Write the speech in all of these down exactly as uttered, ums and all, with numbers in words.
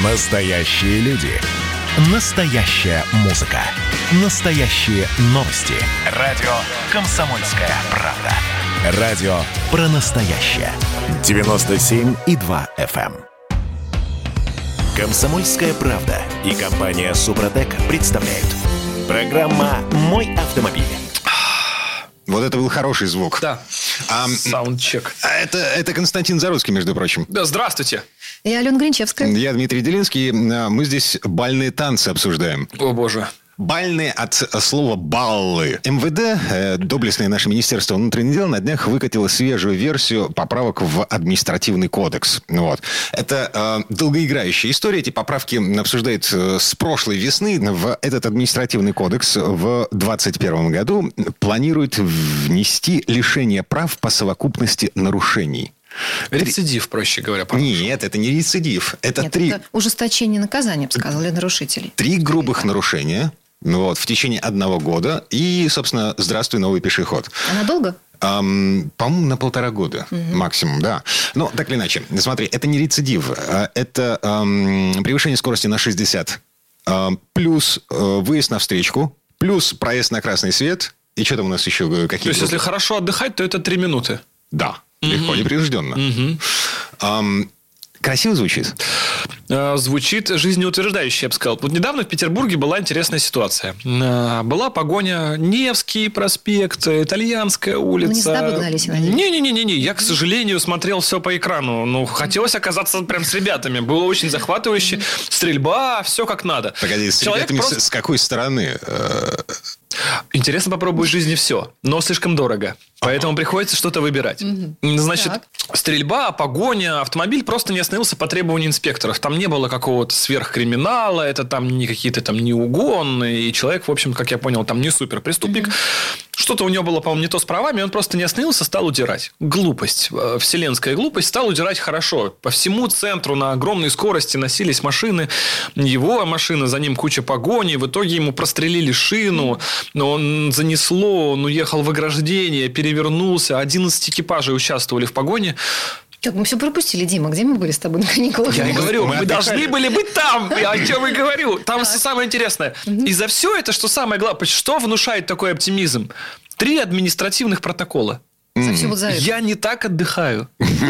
Настоящие люди. Настоящая музыка. Настоящие новости. Радио «Комсомольская правда». Радио про настоящее. девяносто семь и два эф эм. «Комсомольская правда» и компания «Супротек» представляют. Программа «Мой автомобиль». Вот это был хороший звук. Да. А, Саундчек. Это, это Константин Заруцкий, между прочим. Да, здравствуйте. Я Алена Гринчевская. Я Дмитрий Делинский. Мы здесь бальные танцы обсуждаем. О, боже. Бальные от слова «баллы». эм вэ дэ, э, доблестное наше Министерство внутренних дел, на днях выкатило свежую версию поправок в административный кодекс. Вот. Это э, долгоиграющая история. Эти поправки обсуждают э, с прошлой весны. В этот административный кодекс в двадцать первом году планируют внести лишение прав по совокупности нарушений. Рецидив, проще говоря. По-русски. Нет, это не рецидив. Это Нет, три... это ужесточение наказания, я бы сказала, для нарушителей. Три грубых нарушения. Вот, в течение одного года. И, собственно, здравствуй, новый пешеход. А надолго? Эм, по-моему, на полтора года угу. максимум, да. Но так или иначе, смотри, это не рецидив. Это эм, превышение скорости на шестьдесят. Эм, плюс э, выезд на встречку. Плюс проезд на красный свет. И что там у нас еще? Какие то есть, если хорошо отдыхать, то это три минуты. Да, угу. легко, непринужденно. Угу. Эм, красиво звучит? Звучит жизнеутверждающе, я бы сказал. Вот недавно в Петербурге была интересная ситуация. Была погоня. Невский проспект, Итальянская улица. Ну, не за тобой гнались, я надеюсь. Не-не-не. Я, к сожалению, смотрел все по экрану. Ну, хотелось оказаться прям с ребятами. Было очень захватывающе. Стрельба, все как надо. Погоди, с Человек ребятами просто... с какой стороны? Интересно попробовать в жизни все, но слишком дорого. Поэтому приходится что-то выбирать. Угу. Значит, так. Стрельба, погоня, автомобиль просто не остановился по требованию инспекторов. Там не было какого-то сверхкриминала, это там не какие-то там не угоны. И человек, в общем, как я понял, там не суперпреступник. Угу. Что-то у него было, по-моему, не то с правами, он просто не остановился, стал удирать. Глупость, вселенская глупость, стал удирать хорошо. По всему центру на огромной скорости носились машины, его машина, за ним куча погони, в итоге ему прострелили шину, но он занесло, он уехал в ограждение, перевернулся, одиннадцать экипажей участвовали в погоне. Как мы все пропустили, Дима, где мы были с тобой на каникулах? Я и говорю, мы, мы должны были быть там. Я о чем и говорю. Там так. самое интересное. Угу. И за все это, что самое главное, что внушает такой оптимизм? Три административных протокола. За все вот за это. Я не так отдыхаю.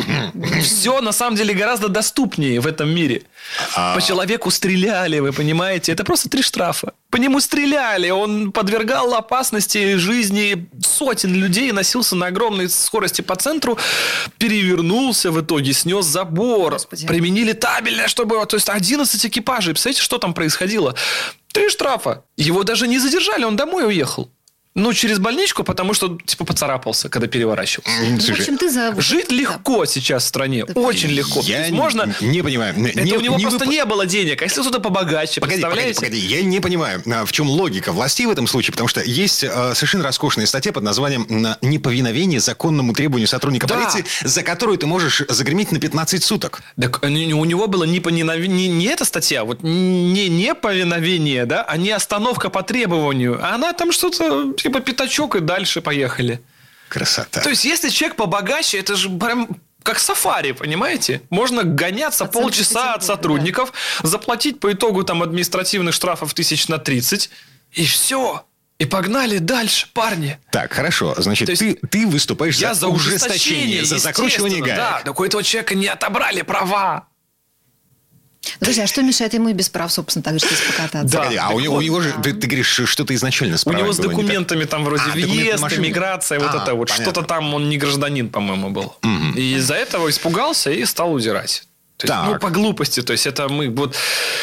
Все на самом деле гораздо доступнее в этом мире. По человеку стреляли, вы понимаете? Это просто три штрафа. По нему стреляли. Он подвергал опасности жизни сотен людей, носился на огромной скорости по центру, перевернулся в итоге, снес забор. Господи. Применили табельное, чтобы... То есть одиннадцать экипажей. Представляете, что там происходило? Три штрафа. Его даже не задержали, он домой уехал. Ну, через больничку, потому что, типа, поцарапался, когда переворачивался. В общем, ты за... Жить легко да. сейчас в стране. Да. Очень легко. Я можно... не понимаю. Это не, у него не просто вып... не было денег. А если кто-то побогаче, погоди, представляете? Погоди, погоди. Я не понимаю, в чем логика властей в этом случае. Потому что есть э, совершенно роскошная статья под названием «Неповиновение законному требованию сотрудника да. полиции», за которую ты можешь загреметь на пятнадцать суток. Так у него было не, не, не эта статья, вот не неповиновение, да, а не остановка по требованию. А она там что-то, типа, пятачок и дальше поехали. Красота. То есть, если человек побогаче, это же прям как сафари, понимаете? Можно гоняться от полчаса от сотрудников, да. заплатить по итогу там административных штрафов тысяч на тридцать, и все. И погнали дальше, парни. Так, хорошо. Значит, есть, ты, ты выступаешь я за, за ужесточение, за закручивание гаек. Да, так у этого человека не отобрали права. Друзья, а что мешает ему и без прав, собственно, так же здесь покататься? Да, Погоди, а у него, у него же, ты, ты говоришь, что-то изначально с правами у него с документами там вроде а, въезд, иммиграция, вот а, это вот. понятно. Что-то там он не гражданин, по-моему, был. Угу. И из-за этого испугался и стал удирать. То есть, ну, по глупости. То есть, это мы вот...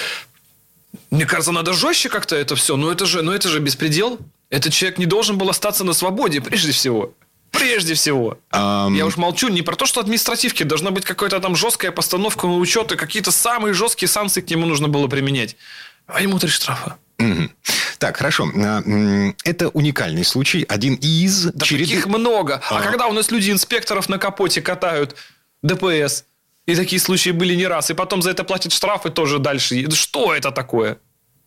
Мне кажется, надо жестче как-то это все. Но это же, но это же беспредел. Этот человек не должен был остаться на свободе, прежде всего. Прежде всего. Um... Я уж молчу не про то, что административки. Должна быть какая-то там жесткая постановка на учет. И какие-то самые жесткие санкции к нему нужно было применять. А ему три штрафа. Mm-hmm. Так, хорошо. Это уникальный случай. Один из... Да череды... таких много. А, а когда у нас люди инспекторов на капоте катают ДПС. И такие случаи были не раз. И потом за это платят штрафы тоже дальше. Что это такое?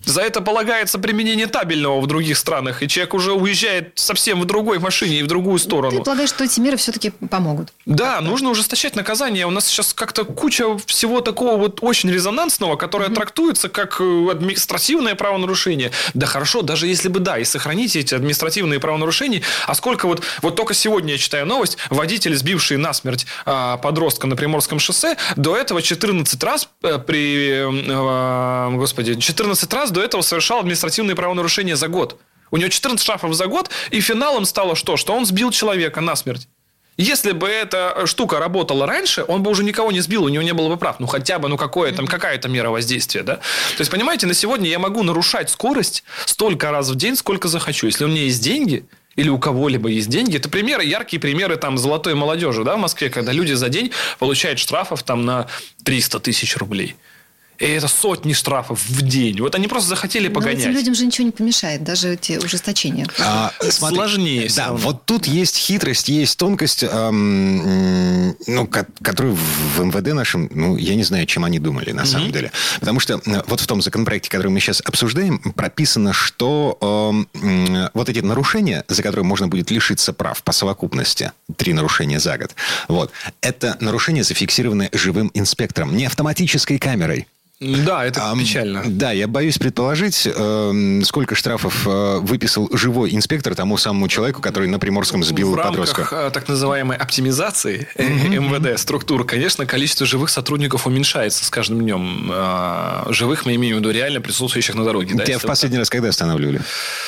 За это полагается применение табельного в других странах, и человек уже уезжает совсем в другой машине и в другую сторону. Ты полагаешь, что эти меры все-таки помогут? Да, да, нужно ужесточать наказание. У нас сейчас как-то куча всего такого вот очень резонансного, которое mm-hmm. трактуется как административное правонарушение. Да хорошо, даже если бы да, и сохраните эти административные правонарушения, а сколько вот, вот только сегодня я читаю новость, водитель, сбивший насмерть а, подростка на Приморском шоссе, до этого четырнадцать раз а, при, а, господи, четырнадцать раз до этого совершал административные правонарушения за год. У него четырнадцать штрафов за год, и финалом стало что? Что он сбил человека насмерть. Если бы эта штука работала раньше, он бы уже никого не сбил, у него не было бы прав. Ну, хотя бы, ну, какое там, какая-то мера воздействия, да? То есть, понимаете, на сегодня я могу нарушать скорость столько раз в день, сколько захочу. Если у меня есть деньги, или у кого-либо есть деньги. Это примеры, яркие примеры там золотой молодежи, да, в Москве, когда люди за день получают штрафов там на триста тысяч рублей. И это сотни штрафов в день. Вот они просто захотели погонять. Но этим людям же ничего не помешает, даже эти ужесточения. А, смотри, сложнее. Да, равно. Вот тут есть хитрость, есть тонкость, эм, ну, которую в эм вэ дэ нашем, ну, я не знаю, чем они думали на mm-hmm. самом деле. Потому что вот в том законопроекте, который мы сейчас обсуждаем, прописано, что э, вот эти нарушения, за которые можно будет лишиться прав по совокупности, три нарушения за год, вот, это нарушения зафиксированы живым инспектором, не автоматической камерой. Да, это а, печально. Да, я боюсь предположить, э, сколько штрафов э, выписал живой инспектор тому самому человеку, который на Приморском сбил в подростка. В рамках так называемой оптимизации mm-hmm. эм вэ дэ структур, конечно, количество живых сотрудников уменьшается с каждым днем. Э, живых мы имеем в виду реально присутствующих на дороге. Тебя да, в последний раз когда останавливали?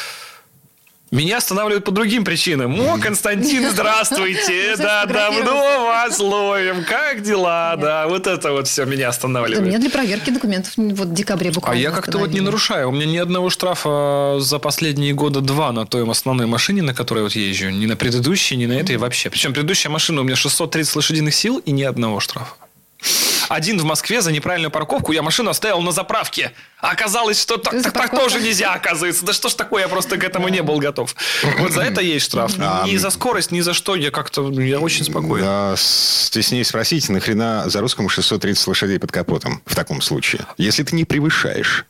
Меня останавливают по другим причинам. О, Константин, здравствуйте. Да, давно вас ловим. Как дела? Да, вот это вот все меня останавливает. Меня для проверки документов вот в декабре буквально. А я как-то вот не нарушаю. У меня ни одного штрафа за последние года два на той основной машине, на которой вот езжу. Ни на предыдущей, ни на этой вообще. Причем предыдущая машина у меня шестьсот тридцать лошадиных сил и ни одного штрафа. Один в Москве за неправильную парковку. Я машину оставил на заправке. А оказалось, что так, так, так тоже нельзя, оказывается. Да что ж такое, я просто к этому не был готов. Вот за это есть штраф. Ни за скорость, ни за что. Я как-то, я очень спокоен. Да, стеснее спросить, нахрена за русскому шестьсот тридцать лошадей под капотом в таком случае? Если ты не превышаешь.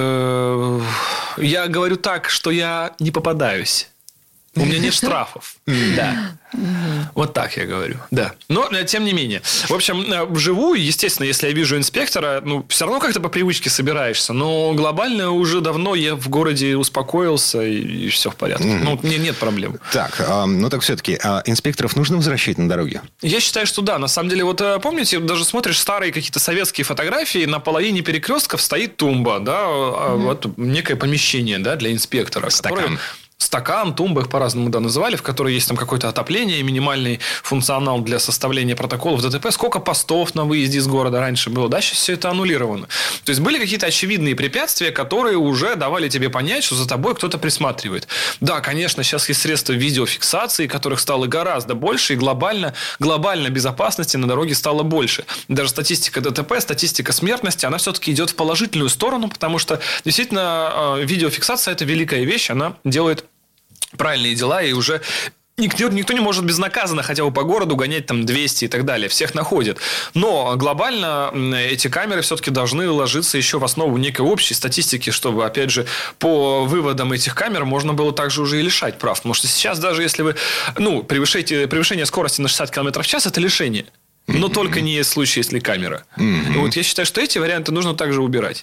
Я говорю так, что я не попадаюсь. У меня нет штрафов. Да. Вот так я говорю. Да. Но, тем не менее. В общем, вживую, естественно, если я вижу инспектора, ну, все равно как-то по привычке собираешься. Но глобально уже давно я в городе успокоился, и, и все в порядке. Mm-hmm. Ну, мне нет проблем. Так, а, ну так все-таки, а инспекторов нужно возвращать на дороге? Я считаю, что да. На самом деле, вот помните, даже смотришь старые какие-то советские фотографии, на половине перекрестков стоит тумба, да, mm-hmm. вот некое помещение, да, для инспектора. Стакан. Которое... Стакан, тумба, их по-разному да, называли, в которой есть там какое-то отопление, минимальный функционал для составления протоколов ДТП. Сколько постов на выезде из города раньше было, да, сейчас все это аннулировано. То есть были какие-то очевидные препятствия, которые уже давали тебе понять, что за тобой кто-то присматривает. Да, конечно, сейчас есть средства видеофиксации, которых стало гораздо больше, и глобально, глобально безопасности на дороге стало больше. Даже статистика ДТП, статистика смертности, она все-таки идет в положительную сторону, потому что действительно видеофиксация – это великая вещь, она делает правильные дела, и уже никто, никто не может безнаказанно хотя бы по городу гонять там двести и так далее. Всех находят. Но глобально эти камеры все-таки должны ложиться еще в основу некой общей статистики, чтобы, опять же, по выводам этих камер можно было также уже и лишать прав. Потому что сейчас даже если вы, ну, превышаете, превышение скорости на шестьдесят километров в час – это лишение. Но mm-hmm. только не в случае, если камера. Mm-hmm. Вот я считаю, что эти варианты нужно также убирать.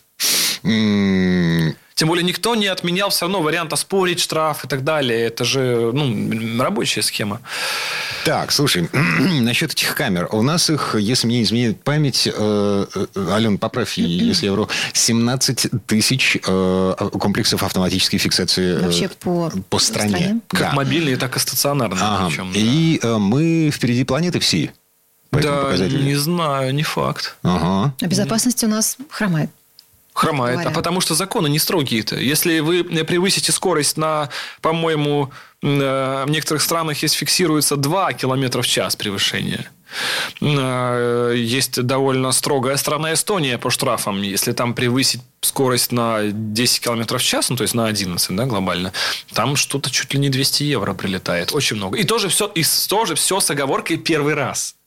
Mm-hmm. Тем более, никто не отменял все равно вариант оспорить штраф и так далее. Это же ну, рабочая схема. Так, слушай, насчет этих камер. У нас их, если мне не изменяет память, э, Ален, поправь, если я вру, семнадцать тысяч э, комплексов автоматической фиксации э, вообще по, по стране. стране. Как да. мобильные, так и стационарные. Ага. Причем, да. И э, мы впереди планеты всей. Да, не знаю, не факт. Ага. А безопасность у нас хромает. Хромает, Говорят. А потому что законы не строгие-то. Если вы превысите скорость на, по-моему, в некоторых странах есть фиксируется два километра в час превышения. Есть довольно строгая страна Эстония по штрафам. Если там превысить скорость на десять километров в час, ну, то есть на одиннадцать, да, глобально, там что-то чуть ли не двести евро прилетает. Очень много. И тоже все, и тоже все с оговоркой первый раз.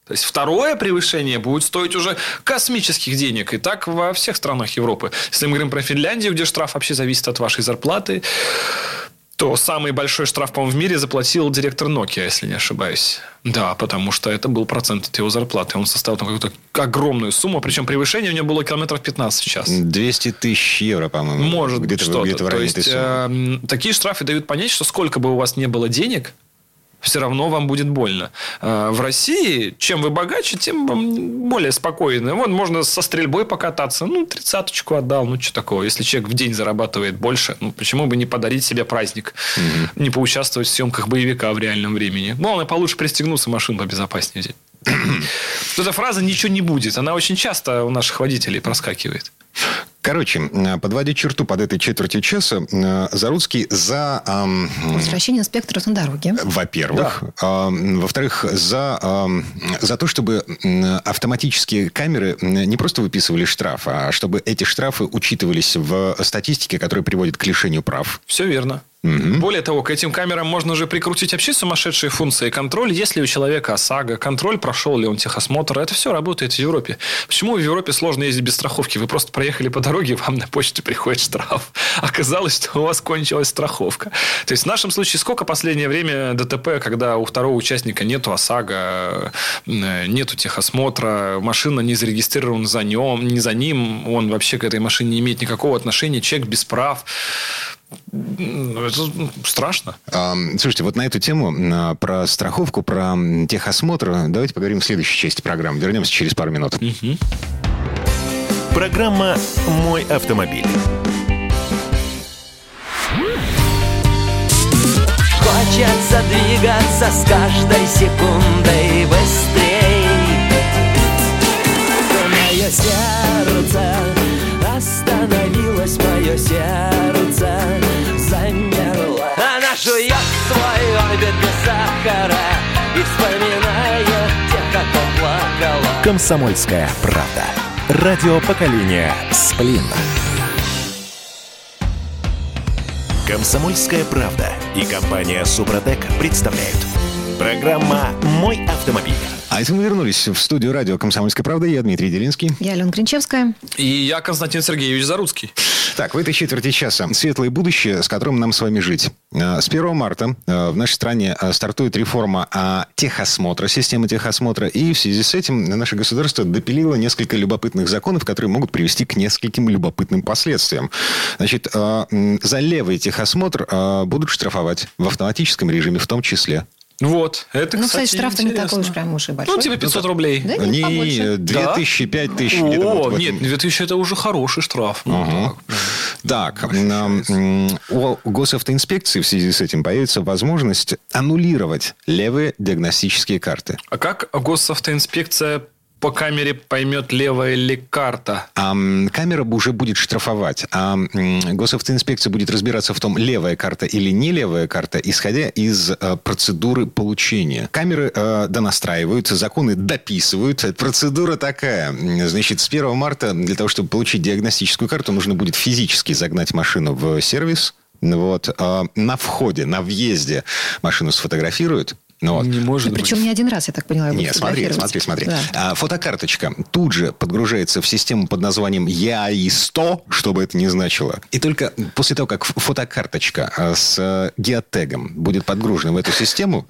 То есть, второе превышение будет стоить уже космических денег. И так во всех странах Европы. Если мы говорим про Финляндию, где штраф вообще зависит от вашей зарплаты, то самый большой штраф, по-моему, в мире заплатил директор Nokia, если не ошибаюсь. Да, потому что это был процент от его зарплаты. Он составил там какую-то огромную сумму. Причем превышение у него было километров пятнадцать в час. двести тысяч евро, по-моему. Может где-то, что-то. где-то в районе То есть, э, такие штрафы дают понять, что сколько бы у вас не было денег, все равно вам будет больно. В России, чем вы богаче, тем вам более спокойно. Вот можно со стрельбой покататься. Ну, тридцаточку отдал. Ну, что такого? Если человек в день зарабатывает больше, ну, почему бы не подарить себе праздник? Угу. Не поучаствовать в съемках боевика в реальном времени? Главное, получше пристегнуться, машину побезопаснее взять. Эта фраза «ничего не будет». Она очень часто у наших водителей проскакивает. Короче, подводя черту под этой четвертью часа, Заруцкий за... Эм, возвращение инспекторов на дороге. Во-первых. Да. Э, во-вторых, за, э, за то, чтобы автоматические камеры не просто выписывали штраф, а чтобы эти штрафы учитывались в статистике, которая приводит к лишению прав. Все верно. Угу. Более того, к этим камерам можно же прикрутить вообще сумасшедшие функции. Контроль, есть ли у человека ОСАГО, контроль, прошел ли он техосмотр. Это все работает в Европе. Почему в Европе сложно ездить без страховки? Вы просто проехали по дороге, вам на почту приходит штраф. Оказалось, что у вас кончилась страховка. То есть, в нашем случае, сколько последнее время ДТП, когда у второго участника нету ОСАГО, нету техосмотра, машина не зарегистрирована за ним, не за ним, он вообще к этой машине не имеет никакого отношения, человек без прав. Это страшно. Слушайте, вот на эту тему, про страховку, про техосмотр, давайте поговорим в следующей части программы. Вернемся через пару минут. Угу. Программа «Мой автомобиль». Хочется двигаться с каждой секундой быстрей. Мое сердце остановилось, мое сердце замерло. Она жует свой орбит без сахара и вспоминает тех, кто плакала. «Комсомольская правда». Радио поколения «Сплин». «Комсомольская правда» и компания «Супротек» представляют. Программа «Мой автомобиль». А это мы вернулись в студию радио «Комсомольская правда». Я Дмитрий Делинский. Я Алена Гринчевская. И я Константин Сергеевич Заруцкий. Так, в этой четверти часа светлое будущее, с которым нам с вами жить. С первого марта в нашей стране стартует реформа техосмотра, системы техосмотра. И в связи с этим наше государство допилило несколько любопытных законов, которые могут привести к нескольким любопытным последствиям. Значит, за левый техосмотр будут штрафовать в автоматическом режиме в том числе. Вот, это, ну, кстати, кстати, штраф-то не такой уж прям уж и большой. Ну, типа пятьсот рублей. Да, не, побольше. две тысячи, пять тысяч. О, вот нет, две тысячи это уже хороший штраф. Ага. Так, у госавтоинспекции в связи с этим появится возможность аннулировать левые диагностические карты. А как госавтоинспекция по камере поймет, левая ли карта? А, камера уже будет штрафовать. А госавтоинспекция будет разбираться в том, левая карта или не левая карта, исходя из а, процедуры получения. Камеры а, донастраивают, законы дописывают. Процедура такая. Значит, с первого марта для того, чтобы получить диагностическую карту, нужно будет физически загнать машину в сервис. Вот. А, на входе, на въезде машину сфотографируют. Ну, вот. Не может да, быть. причем не один раз, я так поняла. Нет, смотри, смотри, смотри. Да. А, фотокарточка тут же подгружается в систему под названием ЕАИ сто, что бы это ни значило. И только после того, как фотокарточка с геотегом будет подгружена в эту систему,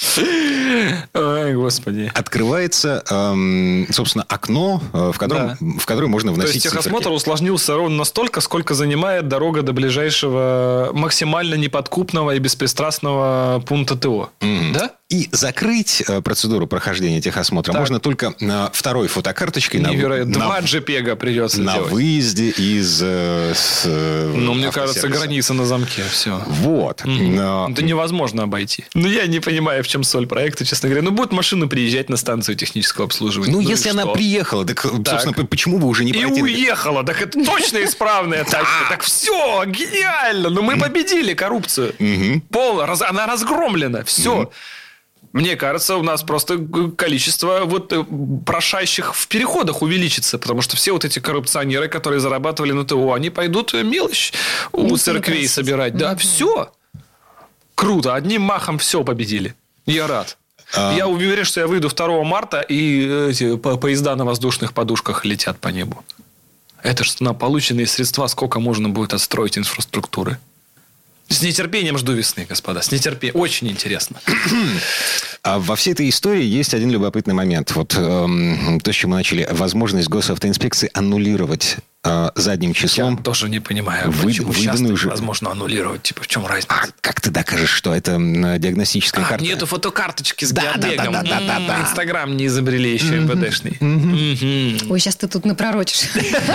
ой, господи, открывается, эм, собственно, окно, в котором, да. в которое можно вносить. То есть техосмотр циферки. усложнился ровно настолько, сколько занимает дорога до ближайшего максимально неподкупного и беспристрастного пункта ТО. Mm. Да? И закрыть э, процедуру прохождения техосмотра так. можно только на второй фотокарточкой. Невероятно. На, Два джипега придется на делать. выезде из... Э, с, э, ну, мне кажется, граница на замке. Все. Вот. Mm-hmm. Но... Это невозможно обойти. Ну, я не понимаю, в чем соль проекта, честно говоря. Ну, будет машина приезжать на станцию технического обслуживания. Ну, ну если она приехала, так, так, собственно, почему бы уже не пройти? И уехала. Так это точно исправная тачка. Так все, гениально. Ну, мы победили коррупцию. Полно. Она разгромлена. Все. Мне кажется, у нас просто количество вот прошающих в переходах увеличится, потому что все вот эти коррупционеры, которые зарабатывали на ТО, они пойдут мелочь у ну, церквей собирать. Да, mm-hmm. все. Круто. Одним махом все победили. Я рад. А... Я уверен, что я выйду второго марта, и эти поезда на воздушных подушках летят по небу. Это же на полученные средства сколько можно будет отстроить инфраструктуры. С нетерпением жду весны, господа. С нетерпением. Очень интересно. А во всей этой истории есть один любопытный момент. Вот эм, то, с чем мы начали. Возможность госавтоинспекции аннулировать э, задним числом. Я тоже не понимаю, вы, почему сейчас уже... возможно аннулировать. Типа, в чем разница? А как ты докажешь, что это диагностическая а, карта? Нету фотокарточки с да, геотегом. Да, да, да, да, да, да. Инстаграм не изобрели еще эм вэ дэшный. Ой, сейчас ты тут напророчишь.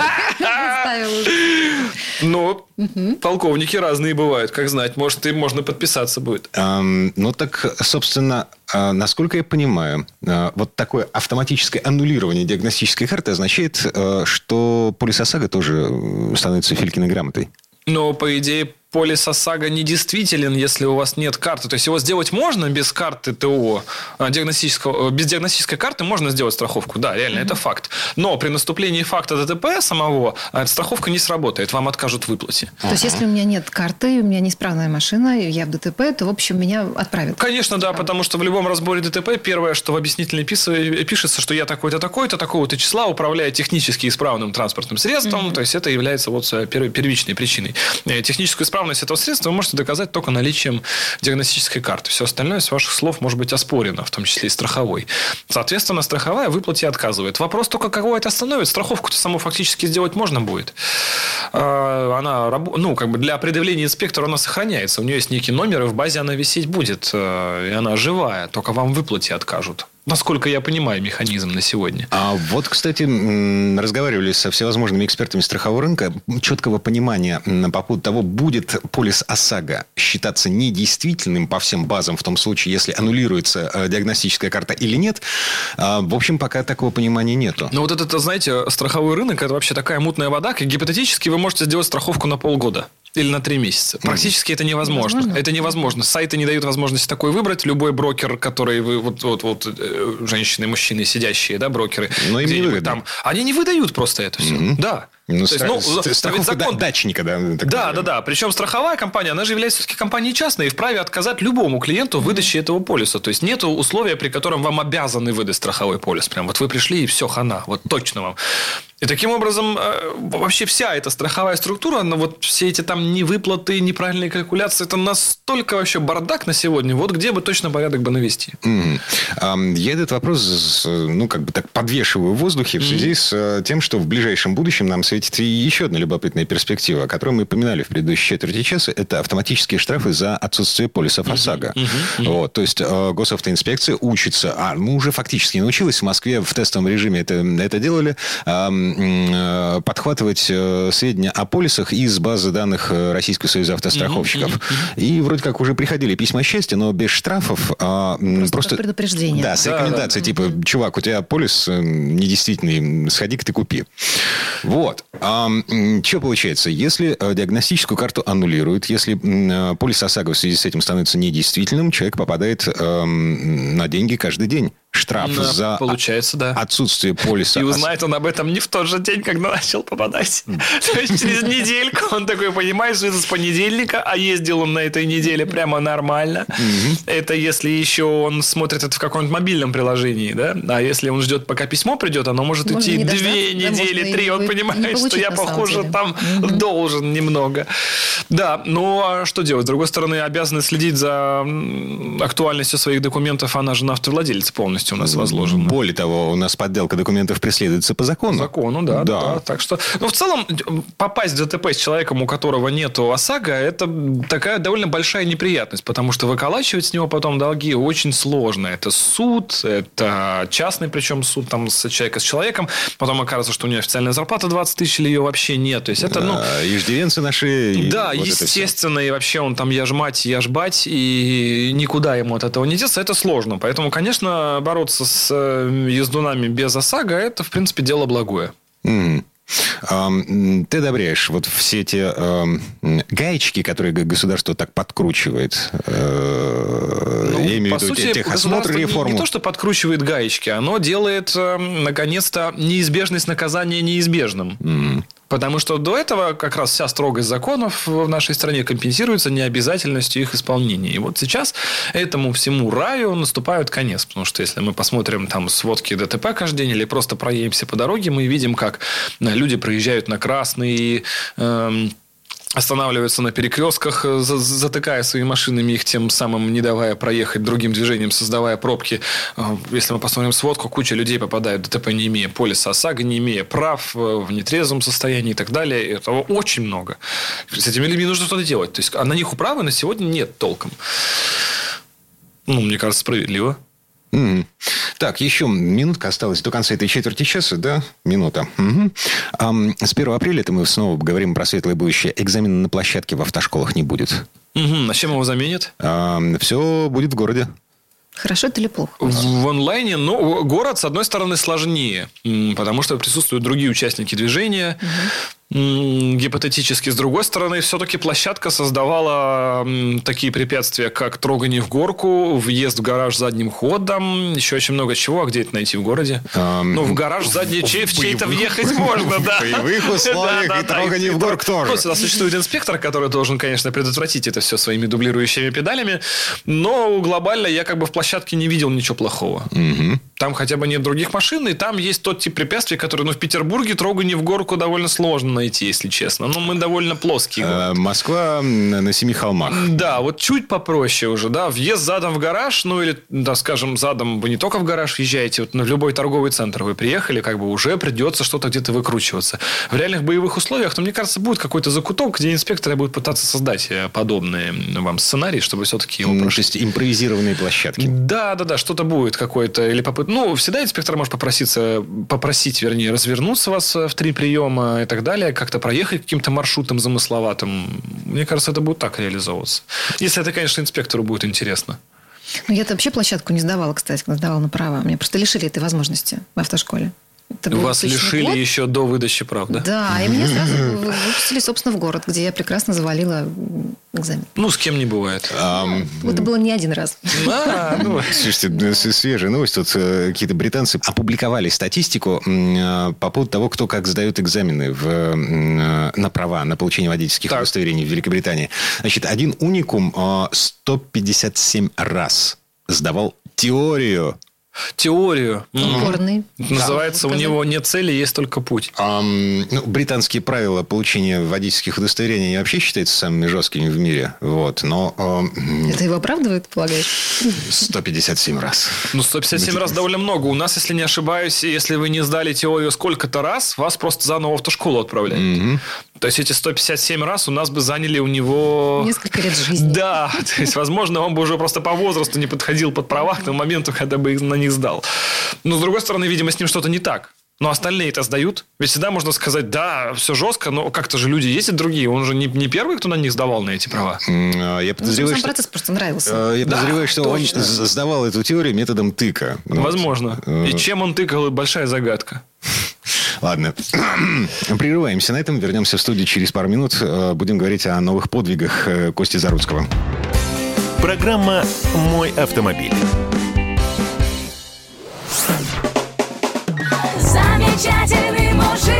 Ну, полковники разные бывают, как знать. Может, им можно подписаться будет. Ну, так, собственно, насколько я понимаю, вот такое автоматическое аннулирование диагностической карты означает, что полис ОСАГО тоже становится Филькиной грамотой. Но, по идее, полис ОСАГО недействителен, если у вас нет карты. То есть, его сделать можно без карты ТО, диагностического, без диагностической карты можно сделать страховку. Да, реально, mm-hmm. это факт. Но при наступлении факта ДТП самого страховка не сработает, вам откажут в выплате. То есть, если у меня нет карты, у меня неисправная машина, и я в ДТП, то, в общем, меня отправят? Конечно, да, потому что в любом разборе ДТП первое, что в объяснительной пишется, что я такой-то, такой-то, такого-то числа управляю технически исправным транспортным средством. Mm-hmm. То есть, это является вот первичной причиной. Техническую исправность этого средства вы можете доказать только наличием диагностической карты. Все остальное, с ваших слов, может быть оспорено, в том числе и страховой. Соответственно, страховая в выплате отказывает. Вопрос только, кого это остановит. Страховку-то саму фактически сделать можно будет. Она, ну, как бы для предъявления инспектора она сохраняется. У нее есть некий номер, и в базе она висеть будет. И она живая. Только вам в выплате откажут. Насколько я понимаю механизм на сегодня. А вот, кстати, разговаривали со всевозможными экспертами страхового рынка. Четкого понимания по поводу того, будет полис ОСАГО считаться недействительным по всем базам в том случае, если аннулируется диагностическая карта или нет. В общем, пока такого понимания нету. Ну, вот это, знаете, страховой рынок – это вообще такая мутная вода, как гипотетически вы можете сделать страховку на полгода. Или на три месяца. Практически mm-hmm. это невозможно. невозможно. Это невозможно. Сайты не дают возможности такой выбрать. Любой брокер, который вы... Вот, вот, вот женщины, мужчины, сидящие, да, брокеры. Но им не выгодно. Там, они не выдают просто это все. Mm-hmm. Да. Ну, То стра- есть, ну, страховка закон... дачника, да? Да, да, да. Причем страховая компания, она же является все-таки компанией частной и вправе отказать любому клиенту в выдаче mm-hmm. этого полиса. То есть, нет условия, при котором вам обязаны выдать страховой полис. Прям вот вы пришли, и все, хана. Вот точно вам. И таким образом, вообще вся эта страховая структура, ну, вот все эти там невыплаты, неправильные калькуляции, это настолько вообще бардак на сегодня, вот где бы точно порядок бы навести. Mm-hmm. Я этот вопрос, ну, как бы так подвешиваю в воздухе в связи mm-hmm. с тем, что в ближайшем будущем нам светит еще одна любопытная перспектива, о которой мы упоминали в предыдущей четверти часа, это автоматические штрафы за отсутствие полисов ОСАГО. Mm-hmm. Mm-hmm. Вот, то есть, госавтоинспекция учится, а мы уже фактически научилась в Москве в тестовом режиме это, это делали, подхватывать сведения о полисах из базы данных Российского союза автостраховщиков. Mm-hmm. Mm-hmm. И вроде как уже приходили письма счастья, но без штрафов. А просто, просто предупреждение. Да, с рекомендацией, да, да. типа, чувак, у тебя полис недействительный, сходи-ка ты купи. Вот. А, что получается? Если диагностическую карту аннулируют, если полис ОСАГО в связи с этим становится недействительным, человек попадает э, на деньги каждый день. Штраф да, за получается, да. отсутствие полиса. И узнает он об этом не в тот же день, когда начал попадать. Mm. То есть, через недельку он такой понимает, что это с понедельника, а ездил он на этой неделе прямо нормально. Mm-hmm. Это если еще он смотрит это в каком-нибудь мобильном приложении, да? А если он ждет, пока письмо придет, оно может можно идти две недели, да, три. Он понимает, что я, похоже, там mm-hmm. должен немного. Да, ну а что делать? С другой стороны, обязаны следить за актуальностью своих документов, она же на автовладельце полностью у нас возложена. Более того, у нас подделка документов преследуется по закону. По закону, да, да. да. Так что, ну, в целом, попасть в ДТП с человеком, у которого нету ОСАГО, это такая довольно большая неприятность, потому что выколачивать с него потом долги очень сложно. Это суд, это частный, причем суд там с человека с человеком. Потом окажется, что у него официальная зарплата двадцать тысяч, или ее вообще нет. То есть, это, ну... Иждивенцы наши... Да, вот естественно, и вообще он там я ж мать, я ж бать, и никуда ему от этого не деться. Это сложно. Поэтому, конечно, бороться с ездунами без ОСАГО, это, в принципе, дело благое. Mm. Um, ты одобряешь вот все эти um, гаечки, которые государство так подкручивает? Uh, ну, я имею в виду техосмотр, реформу. Не, не то, что подкручивает гаечки, оно делает, наконец-то, неизбежность наказания неизбежным. Mm. Потому что до этого как раз вся строгость законов в нашей стране компенсируется необязательностью их исполнения. И вот сейчас этому всему раю наступает конец. Потому что если мы посмотрим там сводки ДТП каждый день или просто проедемся по дороге, мы видим, как люди проезжают на красный, эм, останавливаются на перекрестках, затыкая своими машинами их, тем самым не давая проехать другим движением, создавая пробки. Если мы посмотрим сводку, куча людей попадают в ДТП, не имея полиса ОСАГО, не имея прав, в нетрезвом состоянии и так далее. Этого очень много. С этими людьми нужно что-то делать. То есть, а на них управы на сегодня нет толком. Ну, мне кажется, справедливо. Mm. Так, еще минутка осталась до конца этой четверти часа, да? Минута. Угу. А, с первого апреля это мы снова говорим про светлое будущее. Экзамена на площадке в автошколах не будет. Угу. А чем его заменят? А, все будет в городе. Хорошо это или плохо? В, в онлайне, ну, город, с одной стороны, сложнее, потому что присутствуют другие участники движения. Угу. Гипотетически, с другой стороны, все-таки площадка создавала такие препятствия, как трогание в горку, въезд в гараж задним ходом, еще очень много чего. А где это найти в городе? Um, ну, в гараж задний, в, в чей-то въехать можно, да. В боевых условиях и трогание в горку тоже. Всегда существует инспектор, который должен, конечно, предотвратить это все своими дублирующими педалями, но глобально я как бы в площадке не видел ничего плохого. Там хотя бы нет других машин, и там есть тот тип препятствий, который, ну, в Петербурге трогание в горку довольно сложно найти, если честно. Но мы довольно плоские. А, Москва на Семи холмах. Да, вот чуть попроще уже, да. Въезд задом в гараж, ну, или, да, скажем, задом вы не только в гараж въезжаете, вот в любой торговый центр вы приехали, как бы уже придется что-то где-то выкручиваться. В реальных боевых условиях, ну, мне кажется, будет какой-то закуток, где инспекторы будут пытаться создать подобные вам сценарии, чтобы все-таки его прошить. То есть импровизированные площадки. Да, да, да, что-то будет какое-то, или попытка. Ну, всегда инспектор может попроситься, попросить, вернее, развернуться вас в три приема и так далее, как-то проехать каким-то маршрутом замысловатым. Мне кажется, это будет так реализовываться. Если это, конечно, инспектору будет интересно. Ну, я-то вообще площадку не сдавала, кстати, когда сдавала на права. Меня просто лишили этой возможности в автошколе. Это Вас лишили год. Еще до выдачи прав, да? Да, и меня сразу выпустили, собственно, в город, где я прекрасно завалила экзамен. Ну, с кем не бывает. Um... Это было не один раз. А, ну... Слушайте, свежая новость. Тут какие-то британцы опубликовали статистику по поводу того, кто как сдает экзамены в, на права, на получение водительских так. удостоверений в Великобритании. Значит, один уникум сто пятьдесят семь раз сдавал теорию. Теорию. Упорный. Называется, да, у него нет цели, есть только путь. Um, ну, британские правила получения водительских удостоверений вообще считаются самыми жесткими в мире. Вот, но... Um, Это его оправдывает, полагаешь? сто пятьдесят семь раз. Ну, сто пятьдесят семь раз довольно много. У нас, если не ошибаюсь, если вы не сдали теорию сколько-то раз, вас просто заново в автошколу отправляют. Mm-hmm. То есть, эти сто пятьдесят семь раз у нас бы заняли у него... Несколько лет жизни. Да. То есть, возможно, он бы уже просто по возрасту не подходил под права к тому моменту, когда бы их на них сдал. Но, с другой стороны, видимо, с ним что-то не так. Но остальные-то сдают. Ведь всегда можно сказать, да, все жестко, но как-то же люди ездят другие. Он же не, не первый, кто на них сдавал, на эти права. Я подозреваю, ну, сам что... процесс просто нравился. Я подозреваю, да, что точно. Он сдавал эту теорию методом тыка. Возможно. Вот. И чем он тыкал, большая загадка. Ладно. Прерываемся на этом. Вернемся в студию через пару минут. Будем говорить о новых подвигах Кости Заруцкого. Программа «Мой автомобиль». Замечательный мужик,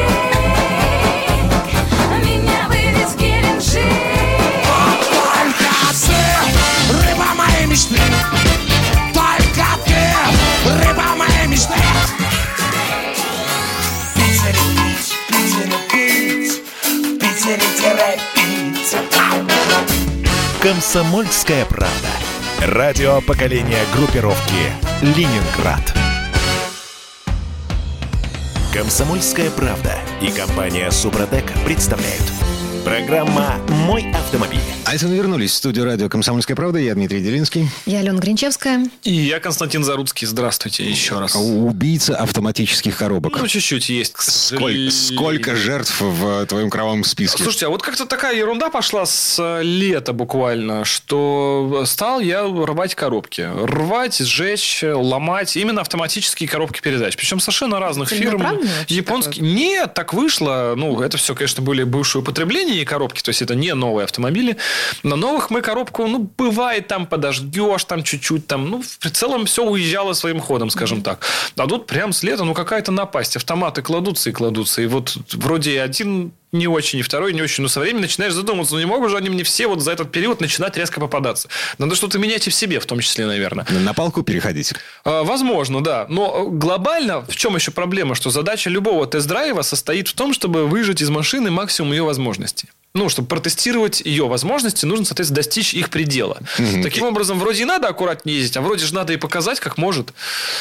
меня вывез в Геленджик. Только ты, рыба моей мечты, только ты, рыба моей мечты. В Питере пить, в Питере пить, в Питере пить. «Комсомольская правда». Радио поколения группировки «Ленинград». «Комсомольская правда» и компания «Супротек» представляют. Программа «Мой автомобиль». А это мы вернулись в студию радио «Комсомольская правда». Я Дмитрий Делинский. Я Алена Гринчевская. И я Константин Заруцкий. Здравствуйте еще раз. Убийца автоматических коробок. Ну, чуть-чуть есть. Сколько, сколько жертв в твоем кровавом списке? Слушайте, а вот как-то такая ерунда пошла с лета буквально, что стал я рвать коробки. Рвать, сжечь, ломать именно автоматические коробки передач. Причем совершенно разных фирм. Японские. Нет, так вышло. Ну, это все, конечно, были бывшие употребления коробки, то есть это не новые автомобили. На новых мы коробку, ну, бывает, там подождешь, там чуть-чуть, там, ну, в целом все уезжало своим ходом, скажем mm-hmm. так. А тут прям с лета, ну, какая-то напасть. Автоматы кладутся и кладутся. И вот вроде один не очень, и второй не очень. Но со временем начинаешь задумываться, ну не могут же они мне все вот за этот период начинать резко попадаться. Надо что-то менять и в себе, в том числе, наверное. На палку переходить. А, возможно, да. Но глобально в чем еще проблема? Что задача любого тест-драйва состоит в том, чтобы выжать из машины максимум ее возможностей. Ну, чтобы протестировать ее возможности, нужно, соответственно, достичь их предела. Mm-hmm. Таким образом, вроде и надо аккуратнее ездить, а вроде же надо и показать, как может.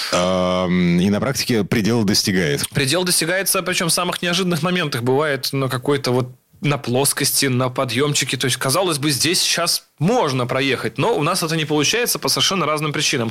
Uh, и на практике предел достигает. Предел достигается, причем в самых неожиданных моментах. Бывает на какой-то вот на плоскости, на подъемчике. То есть, казалось бы, здесь сейчас можно проехать, но у нас это не получается по совершенно разным причинам.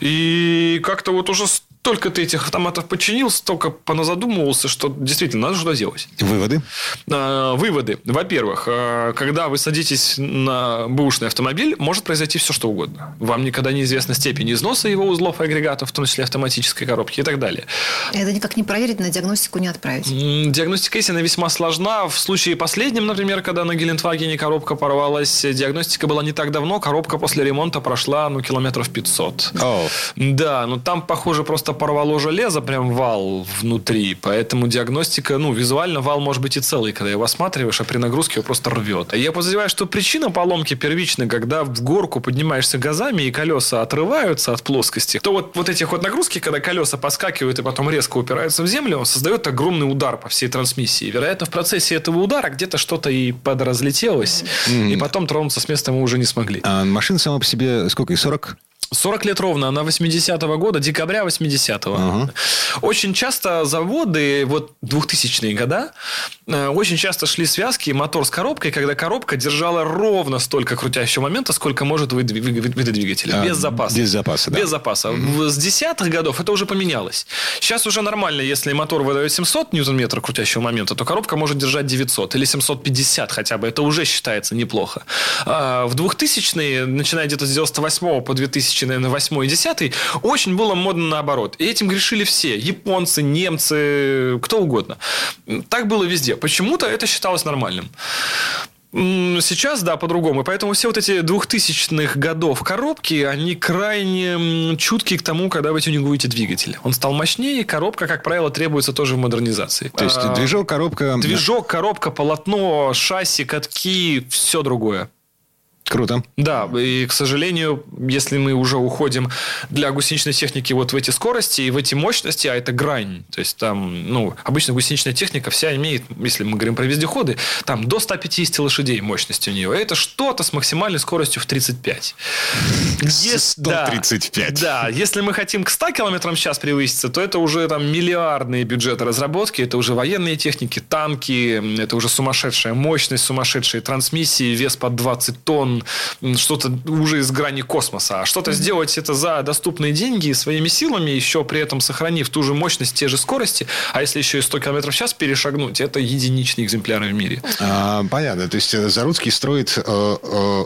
И как-то вот уже столько ты этих автоматов починил, столько поназадумывался, что действительно надо что-то делать. Выводы? А, выводы. Во-первых, когда вы садитесь на бэушный автомобиль, может произойти все, что угодно. Вам никогда неизвестна степень износа его узлов и агрегатов, в том числе автоматической коробки и так далее. Это никак не проверить, на диагностику не отправить. Диагностика истины весьма сложна. В случае последнем, например, когда на Гелендвагене коробка порвалась, диагностика была не так давно, коробка после ремонта прошла, ну, километров пятьсот. Oh. Да, но там, похоже, просто порвало железо, прям вал внутри, поэтому диагностика, ну, визуально вал может быть и целый, когда его осматриваешь, а при нагрузке его просто рвет. Я подозреваю, что причина поломки первична, когда в горку поднимаешься газами и колеса отрываются от плоскости, то вот, вот эти вот нагрузки, когда колеса поскакивают и потом резко упираются в землю, создает огромный удар по всей трансмиссии. Вероятно, в процессе этого удара где-то что-то и подразлетелось, mm-hmm. и потом тронуться с места мы уже не смогли. А машина сама по себе сколько? И сорок? сорок лет ровно, она восьмидесятого года, декабря восьмидесятого. Uh-huh. Очень часто заводы, вот двухтысячные года, очень часто шли связки мотор с коробкой, когда коробка держала ровно столько крутящего момента, сколько может выйти двигателя. А, без запаса. Без запаса, да. Без запаса. Mm-hmm. С десятых годов это уже поменялось. Сейчас уже нормально, если мотор выдает семьсот ньютон-метров крутящего момента, то коробка может держать девятьсот или семьсот пятьдесят хотя бы. Это уже считается неплохо. А в двухтысячные, начиная где-то с девяносто восьмого по две тысячи, наверное, восьмой и десятый, очень было модно наоборот. И этим грешили все. Японцы, немцы, кто угодно. Так было везде. Почему-то это считалось нормальным. Сейчас, да, по-другому. Поэтому все вот эти двухтысячных годов коробки, они крайне чутки к тому, когда вы тюнингуете двигатель. Он стал мощнее, коробка, как правило, требуется тоже в модернизации. То есть, а, движок, коробка... Движок, коробка, полотно, шасси, катки, все другое. Круто. Да, и, к сожалению, если мы уже уходим для гусеничной техники вот в эти скорости и в эти мощности, а это грань, то есть там, ну, обычно гусеничная техника вся имеет, если мы говорим про вездеходы, там до ста пятидесяти лошадей мощности у нее. Это что-то с максимальной скоростью в тридцать пять. сто тридцать пять. Да, да, если мы хотим к ста километрам в час превыситься, то это уже там миллиардные бюджеты разработки, это уже военные техники, танки, это уже сумасшедшая мощность, сумасшедшие трансмиссии, вес под двадцать тонн, что-то уже из грани космоса. А что-то mm-hmm. сделать это за доступные деньги своими силами, еще при этом сохранив ту же мощность, те же скорости, а если еще и сто километров в час перешагнуть, это единичные экземпляры в мире. А, понятно. То есть Заруцкий строит э, э,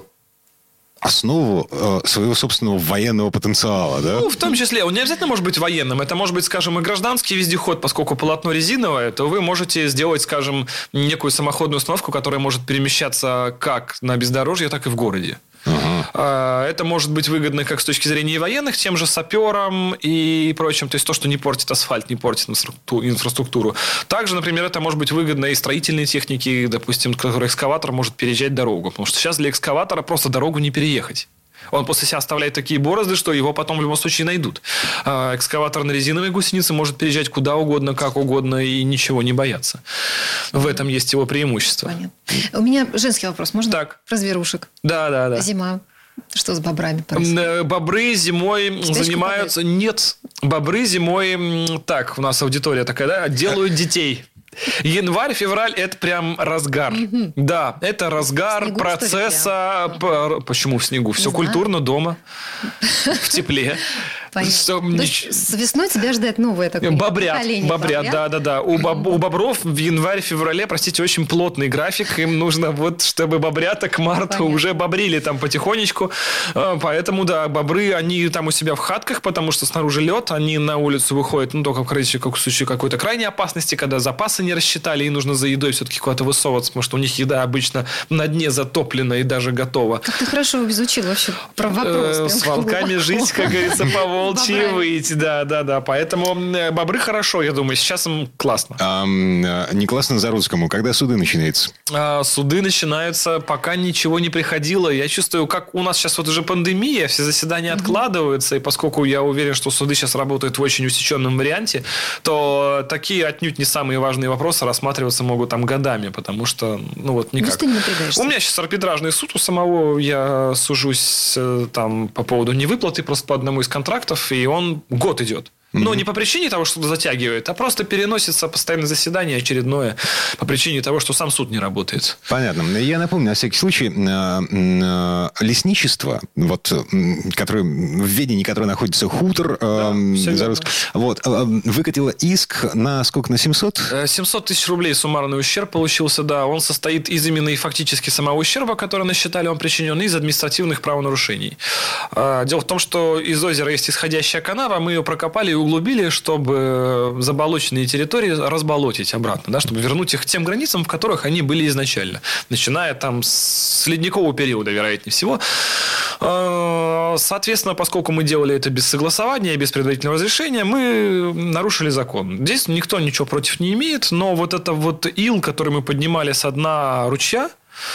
основу э, своего собственного военного потенциала, да? Ну, в том числе. Он не обязательно может быть военным. Это может быть, скажем, и гражданский вездеход, поскольку полотно резиновое, то вы можете сделать, скажем, некую самоходную установку, которая может перемещаться как на бездорожье, так и в городе. Uh-huh. Это может быть выгодно как с точки зрения военных, тем же саперам и прочим. То есть, то, что не портит асфальт, не портит инфраструктуру. Также, например, это может быть выгодно и строительной технике, допустим, который экскаватор может переезжать дорогу. Потому что сейчас для экскаватора просто дорогу не переехать. Он после себя оставляет такие борозды, что его потом в любом случае найдут. А экскаватор на резиновой гусенице может переезжать куда угодно, как угодно и ничего не бояться. В этом есть его преимущество. Понятно. У меня женский вопрос. Можно? Так. Про зверушек. Да, да, да. Зима. Что с бобрами происходит? Бобры зимой Спячку занимаются... Бобры? Нет. Бобры зимой... Так, у нас аудитория такая, да? Делают детей. Январь, февраль – это прям разгар. Mm-hmm. Да, это разгар снегу, процесса... По... Почему в снегу? Все культурно дома, в тепле. Что... С весной тебя ждет новое такое бобрят, поколение. Бобрят, да, да, да. У, боб... у бобров в январе-феврале, простите, очень плотный график. Им нужно вот, чтобы бобрята к марту Понятно. Уже бобрили там потихонечку. Поэтому, да, бобры, они там у себя в хатках, потому что снаружи лед. Они на улицу выходят, ну, только в случае какой-то крайней опасности, когда запасы не рассчитали, и нужно за едой все-таки куда-то высовываться, потому что у них еда обычно на дне затоплена и даже готова. Как ты хорошо изучил вообще про вопрос. С волками жить, как говорится, по волнам. Молча выйти, да, да, да. Поэтому бобры хорошо, я думаю, сейчас им классно. А, не классно Зарудскому. Когда суды начинаются? А, суды начинаются, пока ничего не приходило. Я чувствую, как у нас сейчас вот уже пандемия, все заседания mm-hmm. откладываются, и поскольку я уверен, что суды сейчас работают в очень усеченном варианте, то такие отнюдь не самые важные вопросы рассматриваться могут там годами, потому что, ну вот никак. Ну, не у меня сейчас арбитражный суд у самого, я сужусь там по поводу невыплаты просто по одному из контрактов, и он год идет. Но mm-hmm. не по причине того, что затягивает, а просто переносится постоянное заседание очередное по причине того, что сам суд не работает. Понятно. Я напомню, на всякий случай, лесничество, вот, которое, в ведении которого находится хутор, да, э, вот, выкатило иск на сколько? На семьсот? семьсот тысяч рублей суммарный ущерб получился, да. Он состоит из именно и фактически самого ущерба, который насчитали, он причинен, из административных правонарушений. Дело в том, что из озера есть исходящая канава, мы ее прокопали и углубили, чтобы заболоченные территории разболотить обратно, да, чтобы вернуть их к тем границам, в которых они были изначально, начиная там с ледникового периода, вероятнее всего. Соответственно, поскольку мы делали это без согласования, без предварительного разрешения, мы нарушили закон. Здесь никто ничего против не имеет, но вот это вот ил, который мы поднимали со дна ручья,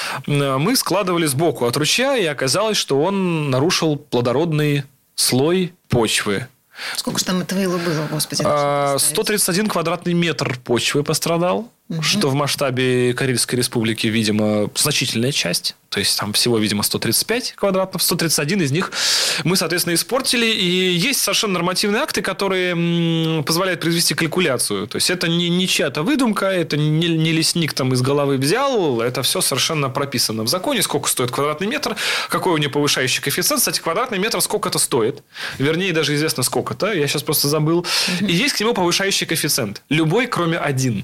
мы складывали сбоку от ручья, и оказалось, что он нарушил плодородный слой почвы. Сколько же там этого ила было, господи? сто тридцать один квадратный метр почвы пострадал, угу. что в масштабе Карельской республики, видимо, значительная часть. То есть, там всего, видимо, сто тридцать пять квадратов. сто тридцать один из них мы, соответственно, испортили. И есть совершенно нормативные акты, которые позволяют произвести калькуляцию. То есть, это не, не чья-то выдумка, это не, не лесник там из головы взял. Это все совершенно прописано в законе. Сколько стоит квадратный метр, какой у него повышающий коэффициент. Кстати, квадратный метр сколько это стоит. Вернее, даже известно сколько-то. Я сейчас просто забыл. И есть к нему повышающий коэффициент. Любой, кроме один.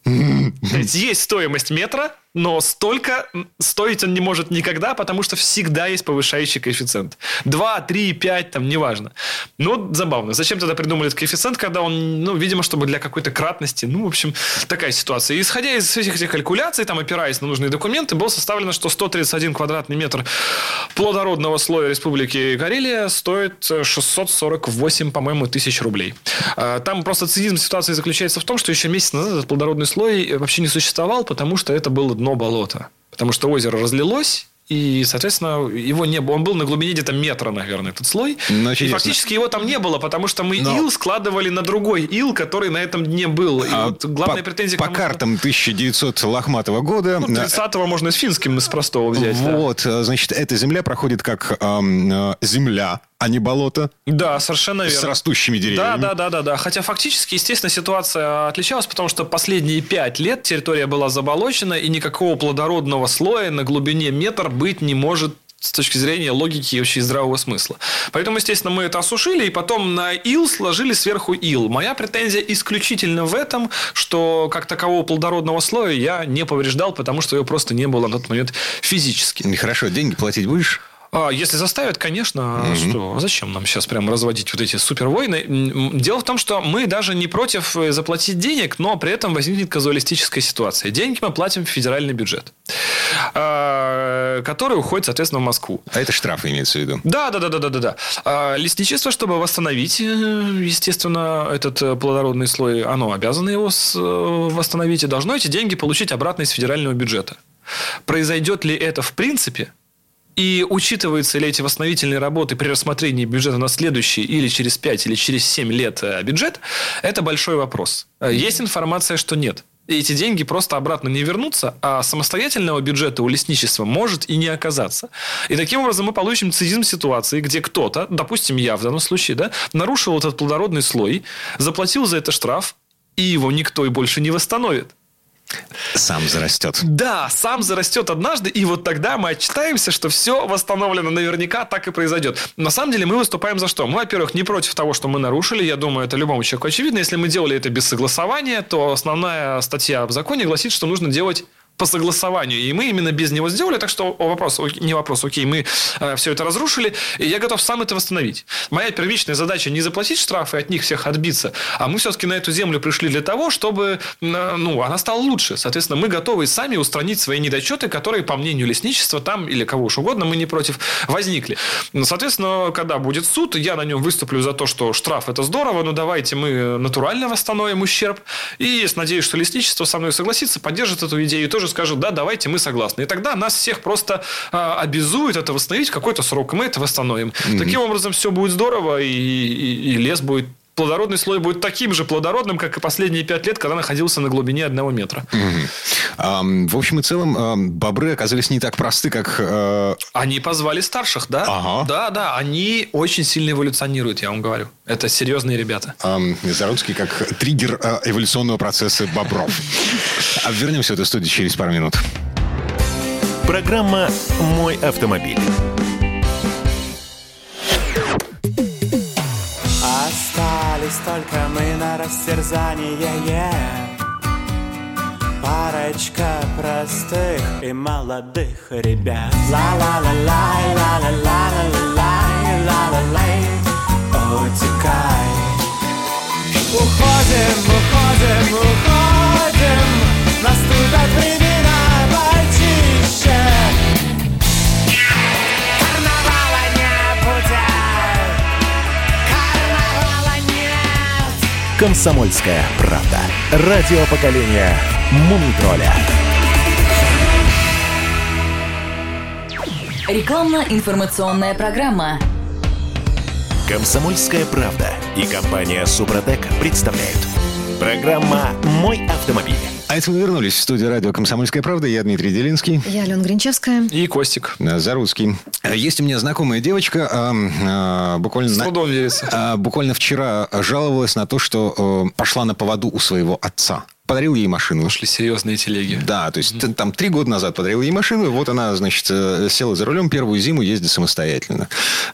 То есть, есть стоимость метра, но столько стоить он не может никогда, потому что всегда есть повышающий коэффициент. два, три, пять, там, неважно. Но забавно. Зачем тогда придумали этот коэффициент, когда он, ну, видимо, чтобы для какой-то кратности. Ну, в общем, такая ситуация. И исходя из всех этих калькуляций, там, опираясь на нужные документы, было составлено, что сто тридцать один квадратный метр плодородного слоя Республики Карелия стоит шестьсот сорок восемь, по-моему, тысяч рублей. Там просто цинизм ситуации заключается в том, что еще месяц назад этот плодородный слой вообще не существовал, потому что это было дно болота. Потому что озеро разлилось, и, соответственно, его не было. Он был на глубине где-то метра, наверное, этот слой. Но и чудесно. Фактически его там не было, потому что мы Но... ил складывали на другой ил, который на этом дне был. И а вот главная по, претензия... По картам тысяча девятисотого лохматого года... Ну, тридцатого можно с финским из простого взять. Вот, да. Значит, эта земля проходит как э, земля, а не болото. Да, совершенно верно. С растущими деревьями. Да, да, да, да, да. Хотя фактически, естественно, ситуация отличалась, потому что последние пять лет территория была заболочена, и никакого плодородного слоя на глубине метр быть не может с точки зрения логики и вообще здравого смысла. Поэтому, естественно, мы это осушили, и потом на ил сложили сверху ил. Моя претензия исключительно в этом, что как такового плодородного слоя я не повреждал, потому что его просто не было на тот момент физически. Хорошо, деньги платить будешь? А, если заставят, конечно. Mm-hmm. Что? Зачем нам сейчас прям разводить вот эти супервойны? Дело в том, что мы даже не против заплатить денег, но при этом возникнет казуалистическая ситуация. Деньги мы платим в федеральный бюджет, который уходит, соответственно, в Москву. А это штрафы имеется в виду? Да, да, да, да, да, да. А лесничество, чтобы восстановить, естественно, этот плодородный слой, оно обязано его восстановить и должно эти деньги получить обратно из федерального бюджета. Произойдет ли это в принципе? И учитываются ли эти восстановительные работы при рассмотрении бюджета на следующий или через пять, или через семь лет бюджет, это большой вопрос. Есть информация, что нет. И эти деньги просто обратно не вернутся, а самостоятельного бюджета у лесничества может и не оказаться. И таким образом мы получим цинизм ситуации, где кто-то, допустим, я в данном случае, да, нарушил этот плодородный слой, заплатил за это штраф, и его никто и больше не восстановит. Сам зарастет. Да, сам зарастет однажды, и вот тогда мы отчитаемся, что все восстановлено наверняка, так и произойдет. На самом деле мы выступаем за что? Мы, во-первых, не против того, что мы нарушили. Я думаю, это любому человеку очевидно. Если мы делали это без согласования, то основная статья в законе гласит, что нужно делать по согласованию. И мы именно без него сделали. Так что вопрос, не вопрос, окей, мы э, все это разрушили, и я готов сам это восстановить. Моя первичная задача не заплатить штрафы, от них всех отбиться, а мы все-таки на эту землю пришли для того, чтобы э, ну, она стала лучше. Соответственно, мы готовы сами устранить свои недочеты, которые, по мнению лесничества, там или кого уж угодно, мы не против, возникли. Соответственно, когда будет суд, я на нем выступлю за то, что штраф – это здорово, но давайте мы натурально восстановим ущерб. И надеюсь, что лесничество со мной согласится, поддержит эту идею и тоже скажет, да, давайте, мы согласны. И тогда нас всех просто а, обязуют это восстановить в какой-то срок, и мы это восстановим. Mm-hmm. Таким образом, все будет здорово, и, и, и лес будет, плодородный слой будет таким же плодородным, как и последние пять лет, когда находился на глубине одного метра. Mm-hmm. Um, в общем и целом, um, бобры оказались не так просты, как... Uh... Они позвали старших, да? Ага. Да, да, они очень сильно эволюционируют, я вам говорю. Это серьезные ребята. Um, Заруцкий как триггер uh, эволюционного процесса бобров. Вернемся в эту студию через пару минут. Программа «Мой автомобиль». Остались только мы на растерзание. Парочка простых и молодых ребят. Ла-ла-ла-лай, ла-ла-ла-ла-ла-лай, ла-ла-лай, утекай. Уходим, уходим, уходим. Наступят времена почище. Карнавала не будет. Карнавала нет. «Комсомольская правда». Радио поколения Мумий-тролля. Рекламно-информационная программа. «Комсомольская правда» и компания «Супротек» представляют. Программа «Мой автомобиль». А это мы вернулись в студию радио «Комсомольская правда». Я Дмитрий Делинский. Я Алена Гринчевская. И Костик. Заруцкий. Есть у меня знакомая девочка, а, а, буквально, С трудом верится. а, буквально вчера жаловалась на то, что а, пошла на поводу у своего отца. Подарил ей машину. Пошли серьезные телеги. Да, то есть mm-hmm. там три года назад подарил ей машину, и вот она, значит, села за рулем, первую зиму ездит самостоятельно.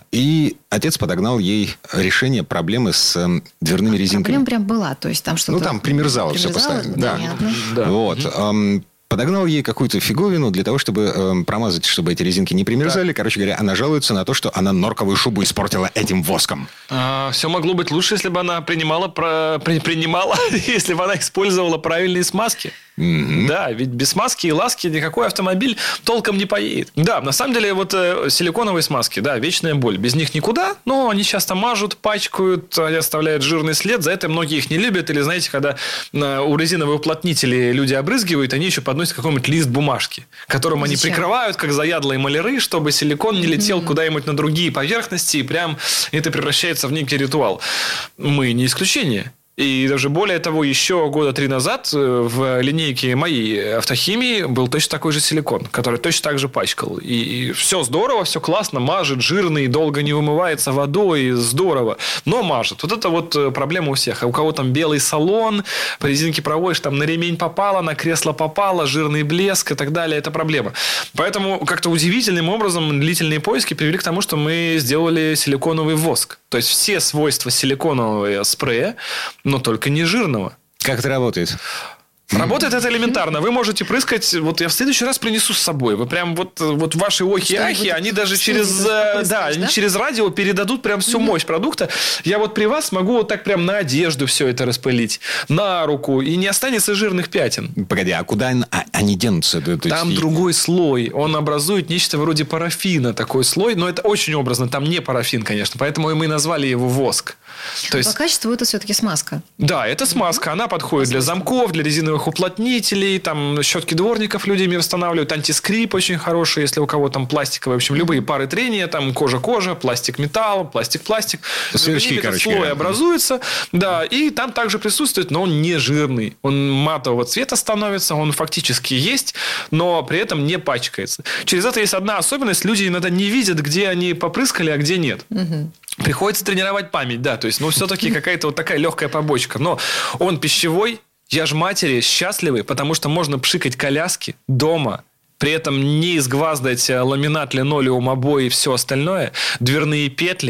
И отец подогнал ей решение проблемы с э, дверными резинками. Проблема прям была, то есть там что-то... Ну, там примерзало, все постоянно. Да. Да. Вот. Mm-hmm. Подогнал ей какую-то фиговину для того, чтобы э, промазать, чтобы эти резинки не примерзали. Да. Короче говоря, она жалуется на то, что она норковую шубу испортила этим воском. А, все могло быть лучше, если бы она принимала, про... при... принимала если бы она использовала правильные смазки. Mm-hmm. Да, ведь без смазки и ласки никакой автомобиль толком не поедет. Да, на самом деле, вот э, силиконовые смазки, да, вечная боль. Без них никуда, но они часто мажут, пачкают, они оставляют жирный след. За это многие их не любят. Или, знаете, когда э, у резиновых уплотнителей люди обрызгивают, они еще подносят какой-нибудь лист бумажки, которым Зачем? Они прикрывают, как заядлые маляры, чтобы силикон не летел mm-hmm. куда-нибудь на другие поверхности, и прям это превращается в некий ритуал. Мы не исключение. И даже более того, еще года три назад в линейке моей автохимии был точно такой же силикон, который точно так же пачкал. И, и все здорово, все классно, мажет, жирный, долго не вымывается водой, здорово, но мажет. Вот это вот проблема у всех. А у кого там белый салон, по резинке проводишь, там на ремень попало, на кресло попало, жирный блеск и так далее, это проблема. Поэтому как-то удивительным образом длительные поиски привели к тому, что мы сделали силиконовый воск. То есть все свойства силиконового спрея, но только не жирного. Как это работает? Работает это элементарно. Вы можете прыскать. Вот я в следующий раз принесу с собой. Вы прям вот, вот ваши охи и ахи, они даже через, да, да? Они через радио передадут прям всю mm-hmm. мощь продукта. Я вот при вас могу вот так прям на одежду все это распылить, на руку, и не останется жирных пятен. Погоди, а куда они денутся? Там другой слой. Он образует нечто вроде парафина, такой слой. Но это очень образно. Там не парафин, конечно. Поэтому и мы назвали его воск. То есть... По качеству это все-таки смазка. Да, это смазка. Она подходит для замков, для резиновых уплотнителей, там щетки дворников люди ими восстанавливают, антискрип очень хороший, если у кого там пластиковые, в общем, любые пары трения, там кожа-кожа, пластик-металл, пластик-пластик. Сверчки, этот короче. Слой образуется, да, и там также присутствует, но он не жирный. Он матового цвета становится, он фактически есть, но при этом не пачкается. Через это есть одна особенность, люди иногда не видят, где они попрыскали, а где нет. Угу. Приходится тренировать память, да, то есть, ну, все-таки какая-то вот такая легкая побочка, но он пищевой. Я ж матери счастливы, потому что можно пшикать коляски дома, при этом не изгваздать ламинат, линолеум, обои и все остальное, дверные петли.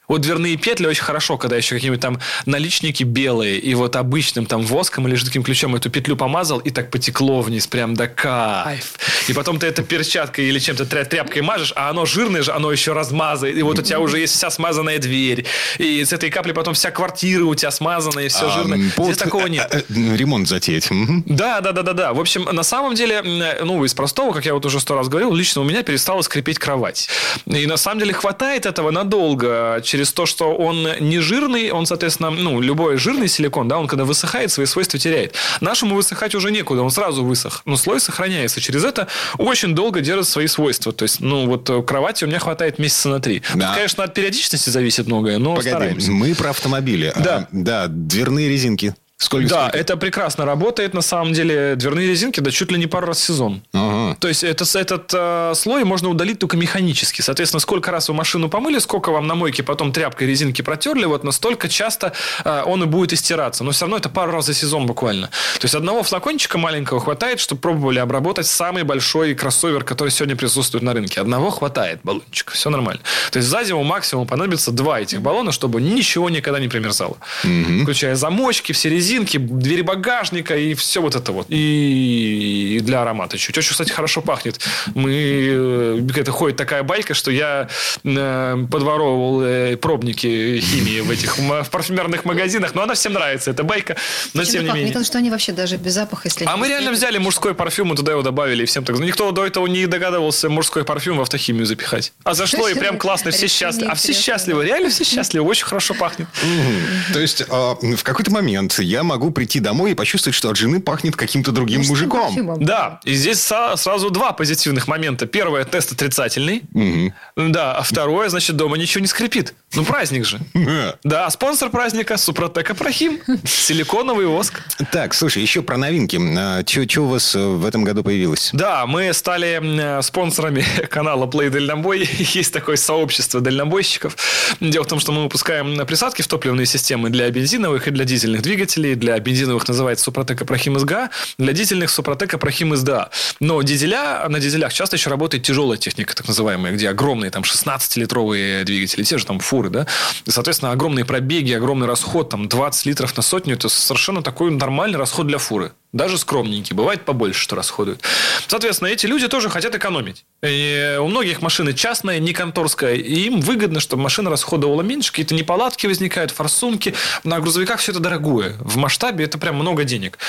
Вот дверные петли очень хорошо, когда еще какие-нибудь там наличники белые, и вот обычным там воском или жидким ключом эту петлю помазал, и так потекло вниз, прям до кайф. И потом ты это перчаткой или чем-то тряпкой мажешь, а оно жирное же, оно еще размазывает. И вот у тебя уже есть вся смазанная дверь. И с этой капли потом вся квартира у тебя смазанная, и все а, жирное. Здесь под... такого нет. Ремонт затеять. Да, да, да, да, да. В общем, на самом деле, ну, из простого, как я вот уже сто раз говорил, лично у меня перестала скрипеть кровать. И на самом деле хватает этого надолго. Через то, что он не жирный, он, соответственно, ну, любой жирный силикон, да, он когда высыхает, свои свойства теряет. Нашему высыхать уже некуда, он сразу высох. Но слой сохраняется. Через это очень долго держит свои свойства. То есть, ну, вот кровати у меня хватает месяца на три. Да. Тут, конечно, от периодичности зависит многое, но Погоди, стараемся. Мы про автомобили. Да. А, да, дверные резинки. Сколько, да, сколько? это прекрасно работает, на самом деле. Дверные резинки, да, чуть ли не пару раз в сезон. Ага. То есть, это, этот э, слой можно удалить только механически. Соответственно, сколько раз вы машину помыли, сколько вам на мойке потом тряпкой резинки протерли, вот настолько часто э, он и будет истираться. Но все равно это пару раз за сезон буквально. То есть, одного флакончика маленького хватает, чтобы пробовали обработать самый большой кроссовер, который сегодня присутствует на рынке. Одного хватает баллончика, все нормально. То есть, за зиму максимум понадобится два этих баллона, чтобы ничего никогда не примерзало. Угу. Включая замочки, все резинки, резинки, двери багажника и все вот это вот. И для аромата чуть. Очень, кстати, хорошо пахнет. Мы... Это ходит такая байка, что я подворовывал пробники химии в этих в парфюмерных магазинах. Но она всем нравится, эта байка. Но Почему тем не так? менее. Мне кажется, что они вообще даже без запаха, если... А мы реально взяли мужской парфюм и туда его добавили. И всем так... Никто до этого не догадывался мужской парфюм в автохимию запихать. А зашло, и прям классно, все счастливы. А все счастливы. Реально все счастливы. Очень хорошо пахнет. То есть, в какой-то момент я могу прийти домой и почувствовать, что от жены пахнет каким-то другим Мужским мужиком. парфюмом. Да, и здесь сразу два позитивных момента. Первое, тест отрицательный. Угу. Да, а второе, значит, дома ничего не скрипит. Ну, праздник же. Да, спонсор праздника Супротек Апрахим. Силиконовый воск. Так, слушай, еще про новинки. Что у вас в этом году появилось? Да, мы стали спонсорами канала Play Дальнобой. Есть такое сообщество дальнобойщиков. Дело в том, что мы выпускаем присадки в топливные системы для бензиновых и для дизельных двигателей. Для бензиновых называется Супротек Апрахим СГА, для дизельных Супротек Апрахим СДА. Но дизеля, на дизелях часто еще работает тяжелая техника, так называемая, где огромные там шестнадцатилитровые двигатели, те же там фуры, да. И, соответственно, огромные пробеги, огромный расход, там двадцать литров на сотню, это совершенно такой нормальный расход для фуры. Даже скромненький. Бывает побольше, что расходуют. Соответственно, эти люди тоже хотят экономить. И у многих машины частная, не конторская. И им выгодно, чтобы машина расходовала меньше. Какие-то неполадки возникают, форсунки. На грузовиках все это дорогое. В масштабе это прям много денег.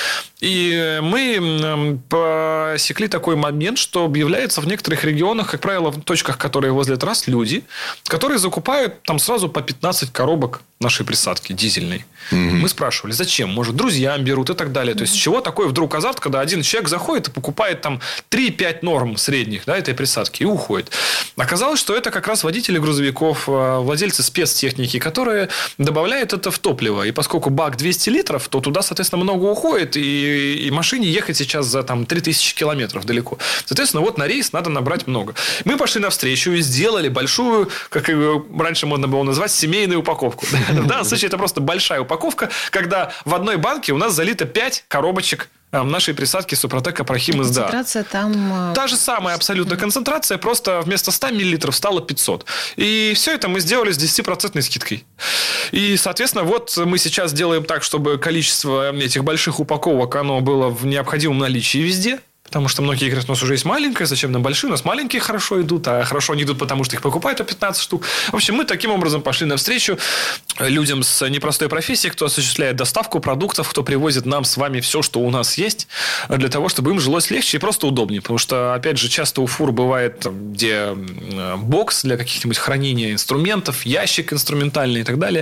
И мы посекли такой момент, что объявляется в некоторых регионах, как правило, в точках, которые возле трасс, люди, которые закупают там сразу по пятнадцать коробок нашей присадки дизельной. Mm-hmm. Мы спрашивали, зачем? Может, друзьям берут и так далее. То есть, с чего такой вдруг азарт, когда один человек заходит и покупает там три-пять норм средних, да, этой присадки и уходит. Оказалось, что это как раз водители грузовиков, владельцы спецтехники, которые добавляют это в топливо. И поскольку бак двести литров, то туда, соответственно, много уходит. И, и машине ехать сейчас за там, три тысячи километров далеко. Соответственно, вот на рейс надо набрать много. Мы пошли навстречу и сделали большую, как ее раньше можно было назвать, семейную упаковку. В данном случае это просто большая упаковка, когда в одной банке у нас залито пять коробочек нашей присадки Супротек Апрахим СДА. Концентрация там... Та же самая абсолютно концентрация, просто вместо ста миллилитров стало пятьсот. И все это мы сделали с десятипроцентной скидкой. И, соответственно, вот мы сейчас делаем так, чтобы количество этих больших упаковок, оно было в необходимом наличии везде. Потому что многие говорят, у нас уже есть маленькая, зачем нам большие? У нас маленькие хорошо идут, а хорошо не идут, потому что их покупают по пятнадцать штук. В общем, мы таким образом пошли навстречу людям с непростой профессией, кто осуществляет доставку продуктов, кто привозит нам с вами все, что у нас есть, для того, чтобы им жилось легче и просто удобнее. Потому что, опять же, часто у фур бывает, где бокс для каких-нибудь хранения инструментов, ящик инструментальный и так далее,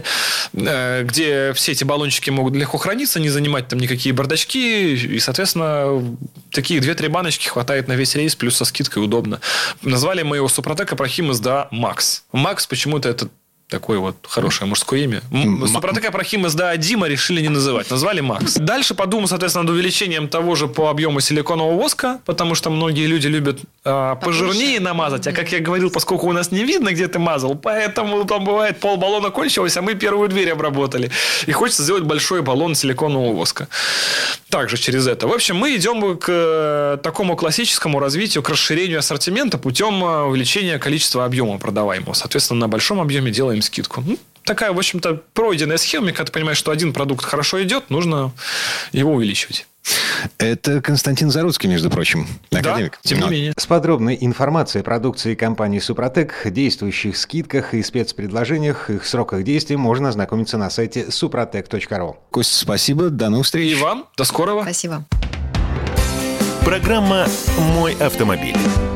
где все эти баллончики могут легко храниться, не занимать там никакие бардачки. И, соответственно, такие две три баночки хватает на весь рейс, плюс со скидкой удобно. Назвали мы его Супротек Апрахим СДА Макс. Макс почему-то это такое вот хорошее мужское имя. Супротек Апрахим СДА Дима решили не называть. Назвали Макс. Дальше подумал, соответственно, над увеличением того же по объему силиконового воска, потому что многие люди любят а, пожирнее намазать. А как я говорил, поскольку у нас не видно, где ты мазал, поэтому там бывает полбаллона кончилось, а мы первую дверь обработали. И хочется сделать большой баллон силиконового воска. Также через это. В общем, мы идем к такому классическому развитию, к расширению ассортимента путем увеличения количества объема продаваемого. Соответственно, на большом объеме делаем сделаем скидку. Ну, такая, в общем-то, пройденная схема. Когда ты понимаешь, что один продукт хорошо идет, нужно его увеличивать. Это Константин Заруцкий, между прочим, академик. Да, тем не менее. С подробной информацией о продукции компании «Супротек», действующих скидках и спецпредложениях, их сроках действия можно ознакомиться на сайте супротек точка ру. Костя, спасибо. До новых встреч. И вам. До скорого. Спасибо. Программа «Мой автомобиль».